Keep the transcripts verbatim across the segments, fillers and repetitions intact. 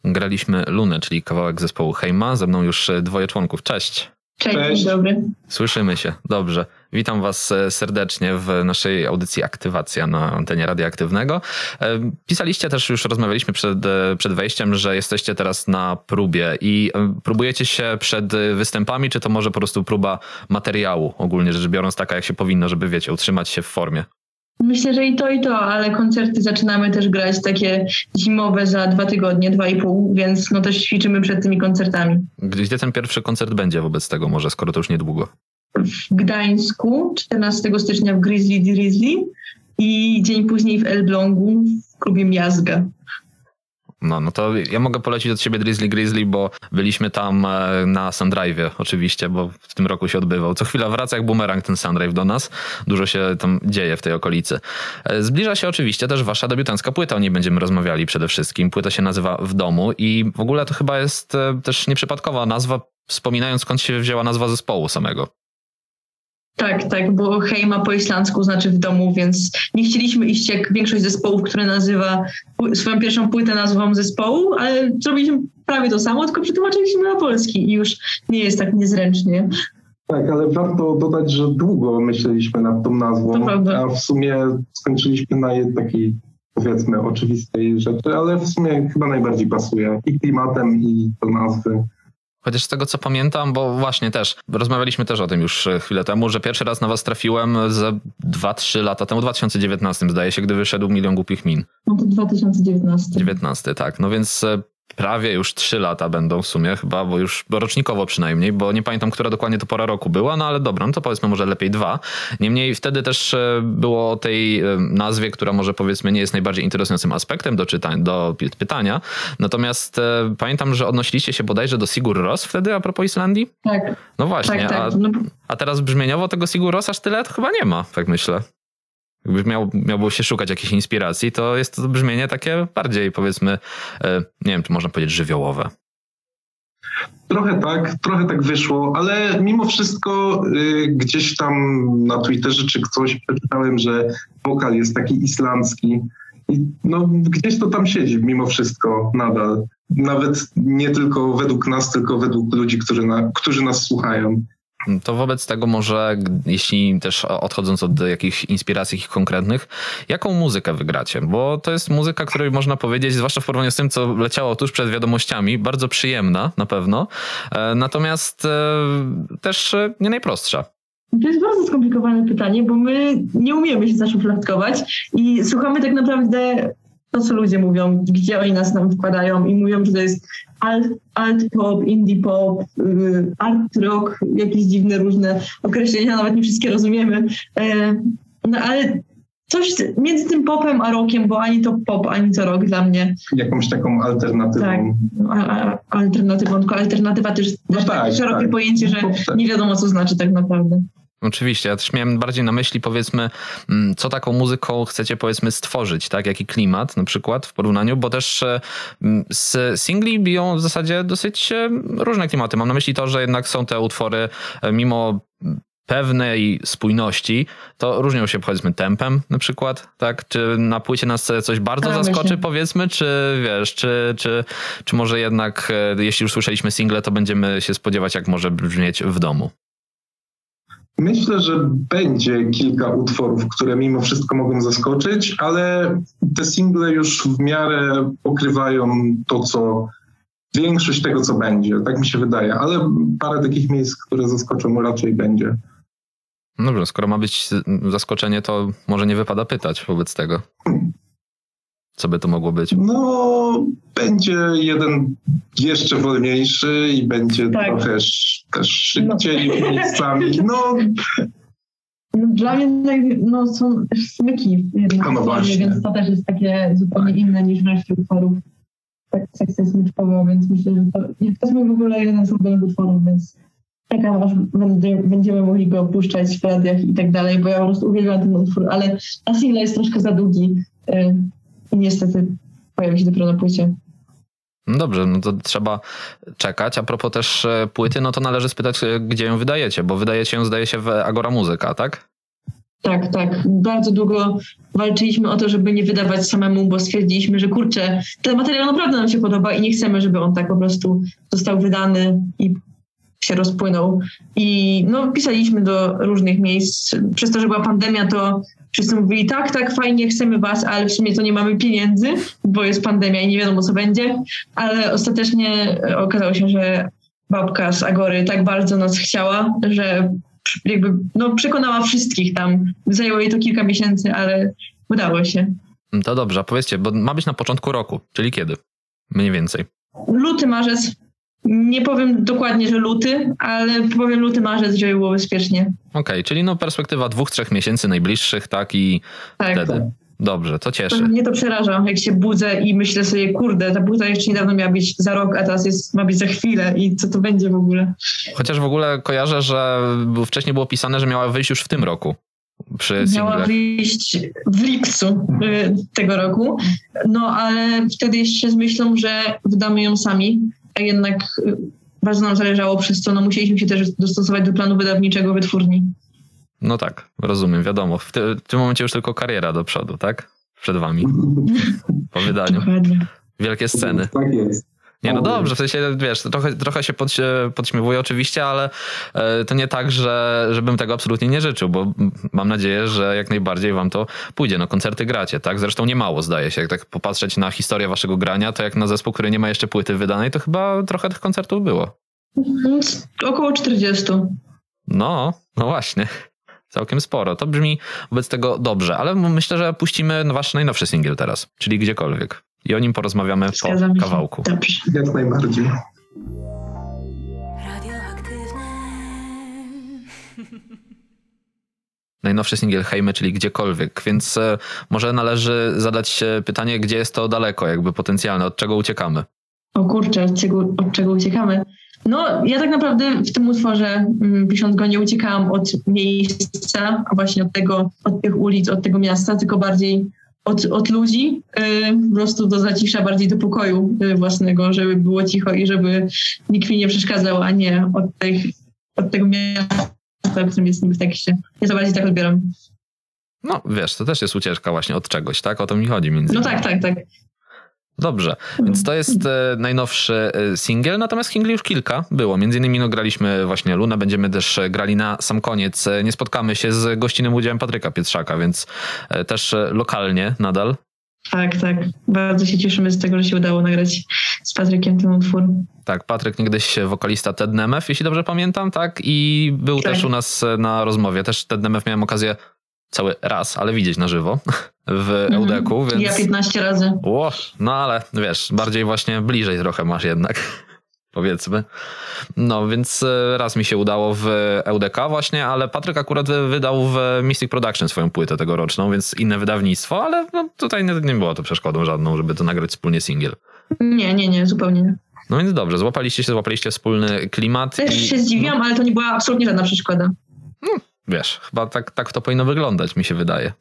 graliśmy Lunę, czyli kawałek zespołu Heima. Ze mną już dwoje członków. Cześć. Cześć, Cześć. Dzień dobry. Słyszymy się. Dobrze. Witam was serdecznie w naszej audycji Aktywacja na antenie radioaktywnego. Pisaliście też, już rozmawialiśmy przed, przed wejściem, że jesteście teraz na próbie i próbujecie się przed występami, czy to może po prostu próba materiału, ogólnie rzecz biorąc, taka jak się powinno, żeby, wiecie, utrzymać się w formie? Myślę, że i to, i to, ale koncerty zaczynamy też grać takie zimowe za dwa tygodnie, dwa i pół, więc no też ćwiczymy przed tymi koncertami. Gdzie ten pierwszy koncert będzie wobec tego może, skoro to już niedługo? W Gdańsku, czternastego stycznia w Grizzly Drizzly i dzień później w Elblągu w klubie Miazga. No, no to ja mogę polecić od siebie Drizzly Grizzly, bo byliśmy tam na Sundrive'ie oczywiście, bo w tym roku się odbywał. Co chwila wraca jak bumerang ten Sundrive do nas. Dużo się tam dzieje w tej okolicy. Zbliża się oczywiście też wasza debiutancka płyta, o niej będziemy rozmawiali przede wszystkim. Płyta się nazywa W domu i w ogóle to chyba jest też nieprzypadkowa nazwa, wspominając skąd się wzięła nazwa zespołu samego. Tak, tak, bo Heima po islandzku znaczy w domu, więc nie chcieliśmy iść jak większość zespołów, które nazywa swoją pierwszą płytę nazwą zespołu, ale zrobiliśmy prawie to samo, tylko przetłumaczyliśmy na polski i już nie jest tak niezręcznie. Tak, ale warto dodać, że długo myśleliśmy nad tą nazwą, a w sumie skończyliśmy na takiej, powiedzmy, oczywistej rzeczy, ale w sumie chyba najbardziej pasuje i klimatem, i do nazwy. Chociaż z tego co pamiętam, bo właśnie też rozmawialiśmy też o tym już chwilę temu, że pierwszy raz na was trafiłem ze dwa trzy lata temu, w dwa tysiące dziewiętnastym zdaje się, gdy wyszedł Milion Głupich Min. No to dwa tysiące dziewiętnasty. dziewiętnasty, tak. No więc prawie już trzy lata będą w sumie chyba, bo już rocznikowo przynajmniej, bo nie pamiętam, która dokładnie to pora roku była, no ale dobra, no to powiedzmy może lepiej dwa. Niemniej wtedy też było o tej nazwie, która może powiedzmy nie jest najbardziej interesującym aspektem do, czytań, do pytania. Natomiast e, pamiętam, że odnosiliście się bodajże do Sigur Rós wtedy a propos Islandii? Tak. No właśnie, tak, tak. A, a teraz brzmieniowo tego Sigur Rós aż tyle to chyba nie ma, tak myślę. Jakby miał, miałby się szukać jakiejś inspiracji, to jest to brzmienie takie bardziej, powiedzmy, nie wiem, czy można powiedzieć żywiołowe. Trochę tak, trochę tak wyszło, ale mimo wszystko y, gdzieś tam na Twitterze czy coś przeczytałem, że wokal jest taki islandzki i no gdzieś to tam siedzi mimo wszystko nadal. Nawet nie tylko według nas, tylko według ludzi, którzy, na, którzy nas słuchają. To wobec tego może, jeśli też odchodząc od jakichś inspiracji jakich konkretnych, jaką muzykę wygracie? Bo to jest muzyka, której można powiedzieć, zwłaszcza w porównaniu z tym, co leciało tuż przed wiadomościami, bardzo przyjemna na pewno, natomiast też nie najprostsza. To jest bardzo skomplikowane pytanie, bo my nie umiemy się zaszufladkować i słuchamy tak naprawdę to, co ludzie mówią, gdzie oni nas tam wkładają i mówią, że to jest alt, alt pop, indie pop, yy, art rock, jakieś dziwne różne określenia, nawet nie wszystkie rozumiemy. Yy, no ale coś między tym popem a rockiem, bo ani to pop, ani to rock dla mnie. Jakąś taką alternatywą. Tak, a, a, alternatywą, tylko alternatywa też jest no tak, tak, szerokie tak. pojęcie, że nie wiadomo, co znaczy tak naprawdę. Oczywiście, ja też miałem bardziej na myśli, powiedzmy, co taką muzyką chcecie, powiedzmy, stworzyć, tak? Jaki klimat na przykład w porównaniu, bo też z singli biją w zasadzie dosyć różne klimaty. Mam na myśli to, że jednak są te utwory mimo pewnej spójności, to różnią się, powiedzmy, tempem na przykład, tak? Czy na płycie nas coś bardzo ja zaskoczy, myślę. powiedzmy, czy wiesz, czy, czy, czy może jednak, jeśli już słyszeliśmy single, to będziemy się spodziewać, jak może brzmieć W domu? Myślę, że będzie kilka utworów, które mimo wszystko mogą zaskoczyć, ale te single już w miarę pokrywają to, co większość tego, co będzie. Tak mi się wydaje, ale parę takich miejsc, które zaskoczą, raczej będzie. No dobrze, skoro ma być zaskoczenie, to może nie wypada pytać wobec tego. Co by to mogło być? No, będzie jeden jeszcze wolniejszy i będzie tak. trochę też szybciej no. miejscami. No. no, dla mnie no, są też smyki jednak, no, no więc to też jest takie zupełnie inne niż resztę utworów. Tak, sekcja smyczkowa, więc myślę, że to, to jest mój w ogóle jeden z ulubionych utworów, więc czekam, aż będzie, będziemy mogli go opuszczać w radiach i tak dalej, bo ja po prostu uwielbiam ten utwór, ale ta single jest troszkę za długi. Yy, I niestety pojawi się dopiero na płycie. No dobrze, no to trzeba czekać. A propos też płyty, no to należy spytać, gdzie ją wydajecie, bo wydajecie ją, zdaje się, w Agora Muzyka, tak? Tak, tak. Bardzo długo walczyliśmy o to, żeby nie wydawać samemu, bo stwierdziliśmy, że kurczę, ten materiał naprawdę nam się podoba i nie chcemy, żeby on tak po prostu został wydany i się rozpłynął. I no, pisaliśmy do różnych miejsc. Przez to, że była pandemia, to wszyscy mówili, tak, tak, fajnie, chcemy was, ale w sumie to nie mamy pieniędzy, bo jest pandemia i nie wiadomo, co będzie. Ale ostatecznie okazało się, że babka z Agory tak bardzo nas chciała, że jakby no, przekonała wszystkich tam. Zajęło jej to kilka miesięcy, ale udało się. To dobrze, a powiedzcie, bo ma być na początku roku, czyli kiedy? Mniej więcej. Luty, marzec. Nie powiem dokładnie, że luty, ale powiem luty, marzec, żeby było bezpiecznie. Okej, okay, czyli no perspektywa dwóch, trzech miesięcy najbliższych, tak? I tak, wtedy. Tak. Dobrze, to cieszy. To mnie to przeraża, jak się budzę i myślę sobie, kurde, ta płyta jeszcze niedawno miała być za rok, a teraz jest, ma być za chwilę i co to będzie w ogóle? Chociaż w ogóle kojarzę, że wcześniej było pisane, że miała wyjść już w tym roku. Przy miała singlach. wyjść w lipcu tego roku, no ale wtedy jeszcze z myślą, że wydamy ją sami, a jednak bardzo nam zależało, przez co no, musieliśmy się też dostosować do planu wydawniczego wytwórni. No tak, rozumiem, wiadomo. W, ty, w tym momencie już tylko kariera do przodu, tak? Przed wami. Po wydaniu. Dokładnie. Wielkie sceny. Tak jest. Nie, no dobrze, w sensie, wiesz, trochę, trochę się pod, podśmiewuję oczywiście, ale e, to nie tak, że żebym tego absolutnie nie życzył, bo mam nadzieję, że jak najbardziej wam to pójdzie. No koncerty gracie, tak? Zresztą nie mało, zdaje się. Jak tak popatrzeć na historię waszego grania, to jak na zespół, który nie ma jeszcze płyty wydanej, to chyba trochę tych koncertów było. Około czterdzieści. No, no właśnie. Całkiem sporo. To brzmi wobec tego dobrze, ale myślę, że puścimy wasz najnowszy singiel teraz, czyli Gdziekolwiek. I o nim porozmawiamy Zgadzam po się. kawałku. Dobrze. Jak najbardziej. Najnowszy singiel Hejmy, czyli Gdziekolwiek, więc e, może należy zadać pytanie, gdzie jest to daleko, jakby potencjalne, od czego uciekamy? O kurczę, od czego, od czego uciekamy? No, ja tak naprawdę w tym utworze mm, pisząc go nie uciekałam od miejsca, a właśnie od tego, od tych ulic, od tego miasta, tylko bardziej od, od ludzi, yy, po prostu do zacisza, bardziej do pokoju yy, własnego, żeby było cicho i żeby nikt mi nie przeszkadzał, a nie od, tych, od tego miasta, w którym jest niby w tekście. Ja to bardziej tak odbieram. No wiesz, to też jest ucieczka właśnie od czegoś, tak? O to mi chodzi między No innymi. tak, tak, tak. Dobrze, więc to jest e, najnowszy e, singiel, natomiast singli już kilka było. Między innymi no, graliśmy właśnie Lunę, będziemy też e, grali na sam koniec. E, nie spotkamy się z gościnnym udziałem Patryka Pietrzaka, więc e, też e, lokalnie nadal. Tak, tak. Bardzo się cieszymy z tego, że się udało nagrać z Patrykiem ten utwór. Tak, Patryk niegdyś wokalista Ted Nemeth, jeśli dobrze pamiętam, tak? I był Tak. też u nas na rozmowie. Też Ted Nemeth miałem okazję cały raz, ale widzieć na żywo w Eudeku, więc... Ja piętnaście razy. Ło, no ale wiesz, bardziej właśnie bliżej trochę masz jednak, powiedzmy. No więc raz mi się udało w Eudeka właśnie, ale Patryk akurat wydał w Mystic Production swoją płytę tegoroczną, więc inne wydawnictwo, ale no, tutaj nie, nie było to przeszkodą żadną, żeby to nagrać wspólnie singiel. Nie, nie, nie, zupełnie nie. No więc dobrze, złapaliście się, złapaliście wspólny klimat. Też i, się zdziwiłam, no, ale to nie była absolutnie żadna przeszkoda. no, wiesz, chyba tak, tak to powinno wyglądać, mi się wydaje.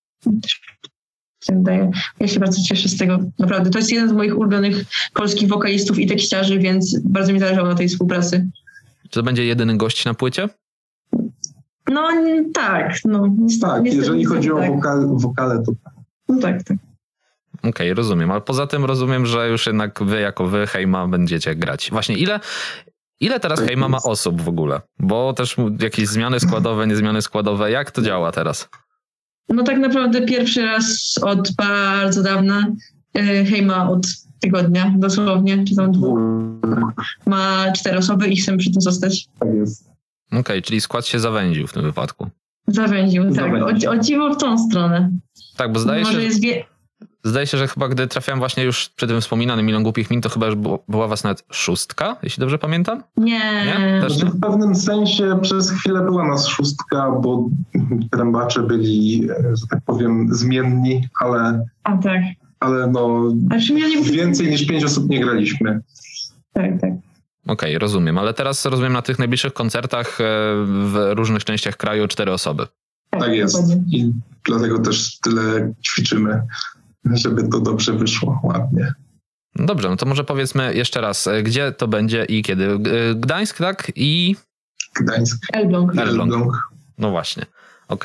Ja się bardzo cieszę z tego, naprawdę. To jest jeden z moich ulubionych polskich wokalistów i tekściarzy, więc bardzo mi zależało na tej współpracy. Czy to będzie jedyny gość na płycie? No tak, no. Niestety, Tak, niestety, jeżeli chodzi tak. o wokal, wokale, to tak. No tak, tak. Okej, okay, rozumiem, ale poza tym rozumiem, że już jednak wy jako wy Hejma będziecie grać. Właśnie ile, ile teraz Hejma ma osób w ogóle? Bo też jakieś zmiany składowe, niezmiany składowe, jak to działa teraz? No tak naprawdę pierwszy raz od bardzo dawna, Hejma od tygodnia dosłownie, czy tam dwóch, ma cztery osoby i chcemy przy tym zostać. Tak jest. Okej, okay, czyli skład się zawęził w tym wypadku. Zawęził, tak. Zawęził. O, o dziwo w tą stronę. Tak, bo zdaje Może się... jest wie... Zdaje się, że chyba gdy trafiałem właśnie już przy tym wspominanym Milion Głupich Min, to chyba już było, była was nawet szóstka, jeśli dobrze pamiętam? Nie. Nie? Też Znaczy, nie? w pewnym sensie przez chwilę była nas szóstka, bo trębacze byli, że tak powiem, zmienni, ale, A tak. ale no A czym ja nie... więcej niż pięć osób nie graliśmy. Tak, tak. Okej, okay, rozumiem, ale teraz rozumiem na tych najbliższych koncertach w różnych częściach kraju cztery osoby. Tak, tak jest. Dokładnie. I dlatego też tyle ćwiczymy, żeby to dobrze wyszło, ładnie. Dobrze, no to może powiedzmy jeszcze raz, gdzie to będzie i kiedy? Gdańsk, tak? I... Gdańsk. Elbląg. Elbląg. No właśnie, okej.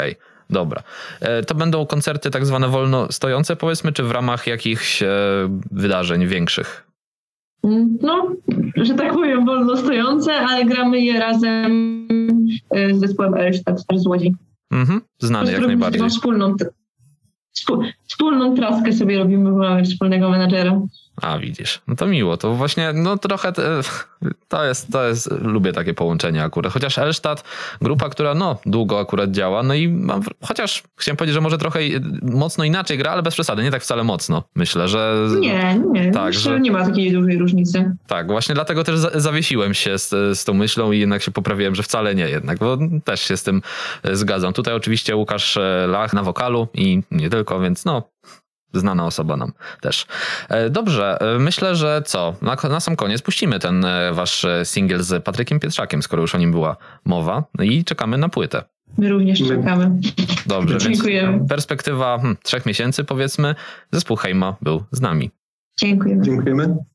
Dobra. To będą koncerty tak zwane wolno stojące, powiedzmy, czy w ramach jakichś wydarzeń większych? No, że tak powiem, wolno stojące, ale gramy je razem z zespołem Elstadt z Łodzi. Mhm, znany jak najbardziej. Taką wspólną, wspólną traskę sobie robimy, bo mamy wspólnego menadżera. A widzisz, no to miło, to właśnie, no trochę te, to jest, to jest, lubię takie połączenia akurat, chociaż Elstadt, grupa, która no długo akurat działa, no i mam, chociaż chciałem powiedzieć, że może trochę mocno inaczej gra, ale bez przesady, nie tak wcale mocno, myślę, że... Nie, nie, tak, że, nie ma takiej dużej różnicy. Tak, właśnie dlatego też zawiesiłem się z, z tą myślą i jednak się poprawiłem, że wcale nie jednak, bo też się z tym zgadzam. Tutaj oczywiście Łukasz Lach na wokalu i nie tylko, więc no... Znana osoba nam też. Dobrze, myślę, że co? Na, na sam koniec puścimy ten wasz singiel z Patrykiem Pietrzakiem, skoro już o nim była mowa i czekamy na płytę. My również czekamy. Dobrze, dziękujemy. Więc perspektywa hmm, trzech miesięcy powiedzmy, zespół Hejma był z nami. Dziękujemy. Dziękujemy.